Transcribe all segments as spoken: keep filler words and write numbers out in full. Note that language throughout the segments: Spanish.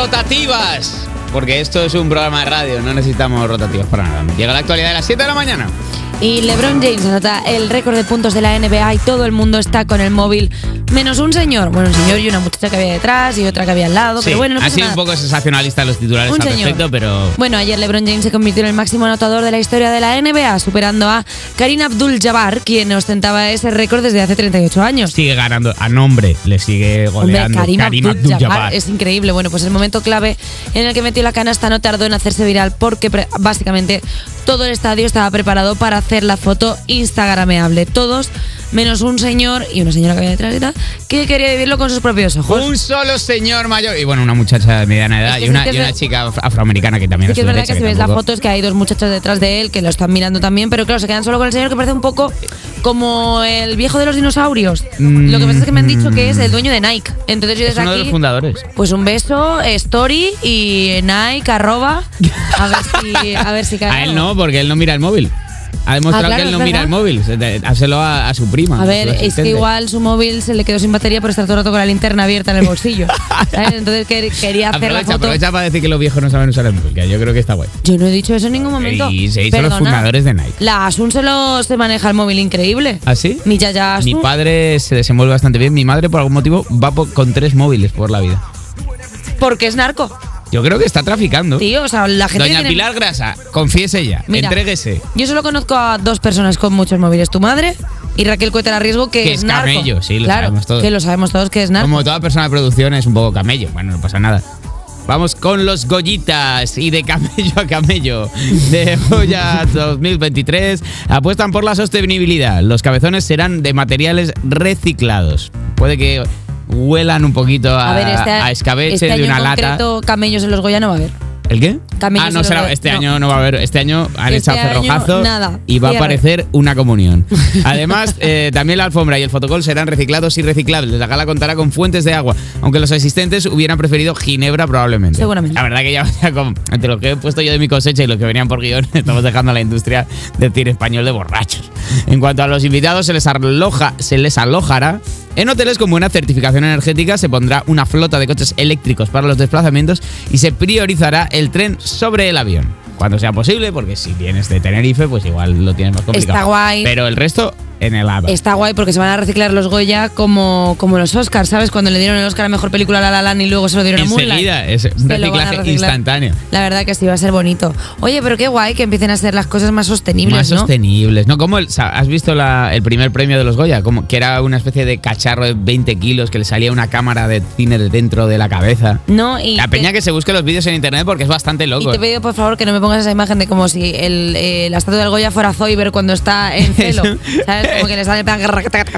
rotativas. Porque esto es un programa de radio, no necesitamos rotativas para nada. Llega la actualidad de las siete de la mañana. Y LeBron James anota el récord de puntos de la N B A y todo el mundo está con el móvil, menos un señor. Bueno, un señor y una muchacha que había detrás y otra que había al lado. Sí, pero bueno, no ha pasa sido nada. un poco sensacionalista los titulares Un al señor. respecto, pero... Bueno, ayer LeBron James se convirtió en el máximo anotador de la historia de la N B A, superando a Kareem Abdul-Jabbar, quien ostentaba ese récord desde hace treinta y ocho años. Sigue ganando a nombre, le sigue goleando. Hombre, Kareem Kareem Abdul-Jabbar Abdul-Jabbar. es increíble. Bueno, pues el momento clave en el que metió la canasta no tardó en hacerse viral porque pre- básicamente todo el estadio estaba preparado para hacer la foto instagrameable. Todos, menos un señor y una señora que había detrás y tal, que quería vivirlo con sus propios ojos. Un solo señor mayor y bueno, una muchacha de mediana edad Es que y, una, sí que y una es- chica af- afroamericana que también Sí que es verdad que si ves la foto es que hay dos muchachos detrás de él que lo están mirando también, pero claro, se quedan solo con el señor que parece un poco como el viejo de los dinosaurios. Mm, Lo que pasa es que me han dicho que es el dueño de Nike. Entonces yo es desde uno de aquí, los fundadores. pues un beso, story y Nike, arroba, a ver si, a ver si cae A él algo. no, porque él no mira el móvil. Ha demostrado Ah, claro, que él no es mira verdad. el móvil. Se te- Háselo a, a su prima. A ver, su es que asistente. igual su móvil se le quedó sin batería por estar todo el rato con la linterna abierta en el bolsillo. ¿Sabes? Entonces que- quería hacer Aprovecha, la foto. aprovecha para decir que los viejos no saben usar el móvil, que yo creo que está guay. Yo no he dicho eso en ningún momento. Y se hizo los Perdona. fundadores de Nike. La Asun se, lo, se maneja el móvil increíble. ¿Ah, sí? Mi yaya Asun. Mi padre se desenvuelve bastante bien. Mi madre, por algún motivo, va po- con tres móviles por la vida. Porque es narco. Yo creo que está traficando. Tío, o sea, la gente Doña tiene- Pilar Grasa, confiese ya. Mira, Entréguese. Yo solo conozco a dos personas con muchos móviles. Tu madre y Raquel Cuétara Riesgo, que, Que es es narco. camello, sí, lo claro, sabemos todos. que lo sabemos todos que es narco. Como toda persona de producción es un poco camello. Bueno, no pasa nada. Vamos con los Goyitas y de camello a camello de Goya dos mil veintitrés apuestan por la sostenibilidad. Los cabezones serán de materiales reciclados. Puede que huelan un poquito a, A ver, este, a escabeche este de año una en lata. concreto, camellos en los Goya no va a haber. ¿El qué? Camellos ah, no en será. los- Este no. año no va a haber. Este año han Este echado año, cerrojazo nada. y va a Cierre. aparecer una comunión. Además, eh, también la alfombra y el fotocol serán reciclados y reciclables. La gala contará con fuentes de agua, aunque los asistentes hubieran preferido ginebra probablemente. Seguramente. La verdad que ya, ya con- entre lo que he puesto yo de mi cosecha y lo que venían por guión, estamos dejando a la industria del cine español de borrachos. En cuanto a los invitados, se les aloja, se les alojará en hoteles con buena certificación energética, se pondrá una flota de coches eléctricos para los desplazamientos y se priorizará el tren sobre el avión. Cuando sea posible, porque si vienes de Tenerife, pues igual lo tienes más complicado. Está guay. Pero el resto, en el A V A. Está guay porque se van a reciclar los Goya como, como los Oscars, ¿sabes? Cuando le dieron el Oscar a Mejor Película a La La Land y luego se lo dieron a Moonlight. Enseguida, es un Se lo van a reciclaje reciclar. instantáneo. La verdad que sí, va a ser bonito. Oye, pero qué guay que empiecen a ser las cosas más sostenibles, Más ¿no? sostenibles. ¿No? Como el, sa- ¿Has visto la- el primer premio de los Goya? Como que era una especie de cacharro de veinte kilos que le salía una cámara de cine de dentro de la cabeza. No, y La peña te, que se busque los vídeos en internet porque es bastante y loco. te pido por favor que no me pongas esa imagen de como si el, eh, la estatua del Goya fuera Zoiber cuando está en celo. ¿Sabes? Como que le sale en plan...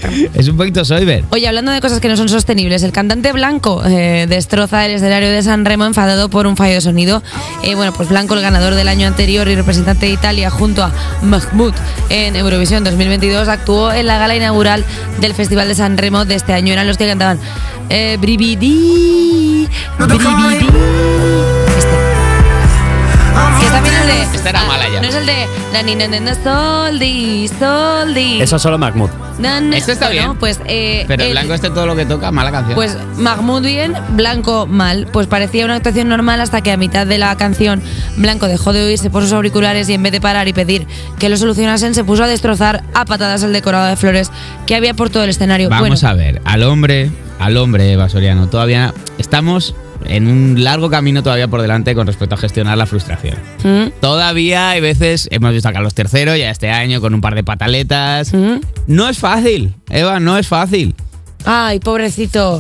Es un poquito Soyber. Oye, hablando de cosas que no son sostenibles, el cantante Blanco eh, destroza el escenario de San Remo enfadado por un fallo de sonido. Eh, bueno, pues Blanco, el ganador del año anterior y representante de Italia junto a Mahmoud en Eurovisión dos mil veintidós, actuó en la gala inaugural del Festival de San Remo de este año. Eran los que cantaban eh, Bribidi, Bribidi. Este. Que es también el de... Esta era mala ya. No es el de... La ni na na na soldi, soldi. Eso solo Mahmoud. Na, na. Este está Bueno, bien. Pues, eh, Pero el- Blanco este todo lo que toca, mala canción. pues Mahmoud bien, Blanco mal. Pues parecía una actuación normal hasta que a mitad de la canción Blanco dejó de oír, se puso sus auriculares y en vez de parar y pedir que lo solucionasen, se puso a destrozar a patadas el decorado de flores que había por todo el escenario. Vamos bueno, a ver, al hombre, al hombre Eva Soriano, todavía estamos en un largo camino todavía por delante con respecto a gestionar la frustración. ¿Mm? Todavía hay veces, hemos visto a Carlos tercero ya este año con un par de pataletas. ¿Mm? No es fácil, Eva, no es fácil. Ay, pobrecito.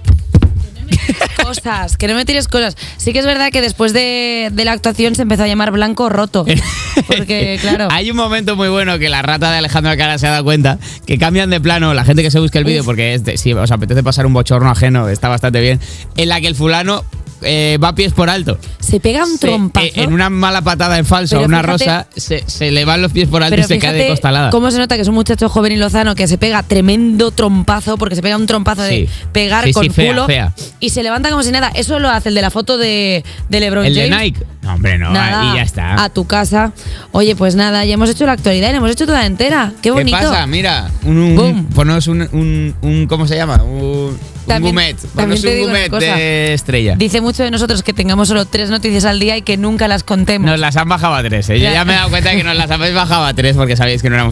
Cosas, que no me tires cosas. Sí que es verdad que después de, de la actuación se empezó a llamar Blanco Roto. Porque, claro. Hay un momento muy bueno que la rata de Alejandro Alcaraz se ha dado cuenta que cambian de plano, la gente que se busque el vídeo, porque es de- si os apetece pasar un bochorno ajeno, está bastante bien, en la que el fulano eh, va a pies por alto. Se pega un Se- trompazo. eh, en una mala patada en falso, Pero una fíjate- rosa, se, se le van los pies por alto Pero y se cae de fíjate costalada. cómo se nota que es un muchacho joven y lozano que se pega tremendo trompazo, porque se pega un trompazo de Sí. pegar Sí, con sí, fea, culo fea. y se levanta como si nada. Eso lo hace el de la foto de, de LeBron ¿El de James. Nike? No, hombre, no, Nada, y ya está. a tu casa. Oye, pues nada, ya hemos hecho la actualidad y la hemos hecho toda entera. Qué bonito. ¿Qué pasa? Mira, un, un, Boom. ponnos un, un, un- ¿cómo se llama? Un, También- un gumet. también Ponnos te un digo una gumet cosa. de estrella. Dice mucho de nosotros que tengamos solo tres noticias al día y que nunca las contemos. Nos las han bajado a tres, ¿eh? Yo Ya. ya me he dado cuenta de que nos las habéis bajado a tres porque sabéis que no éramos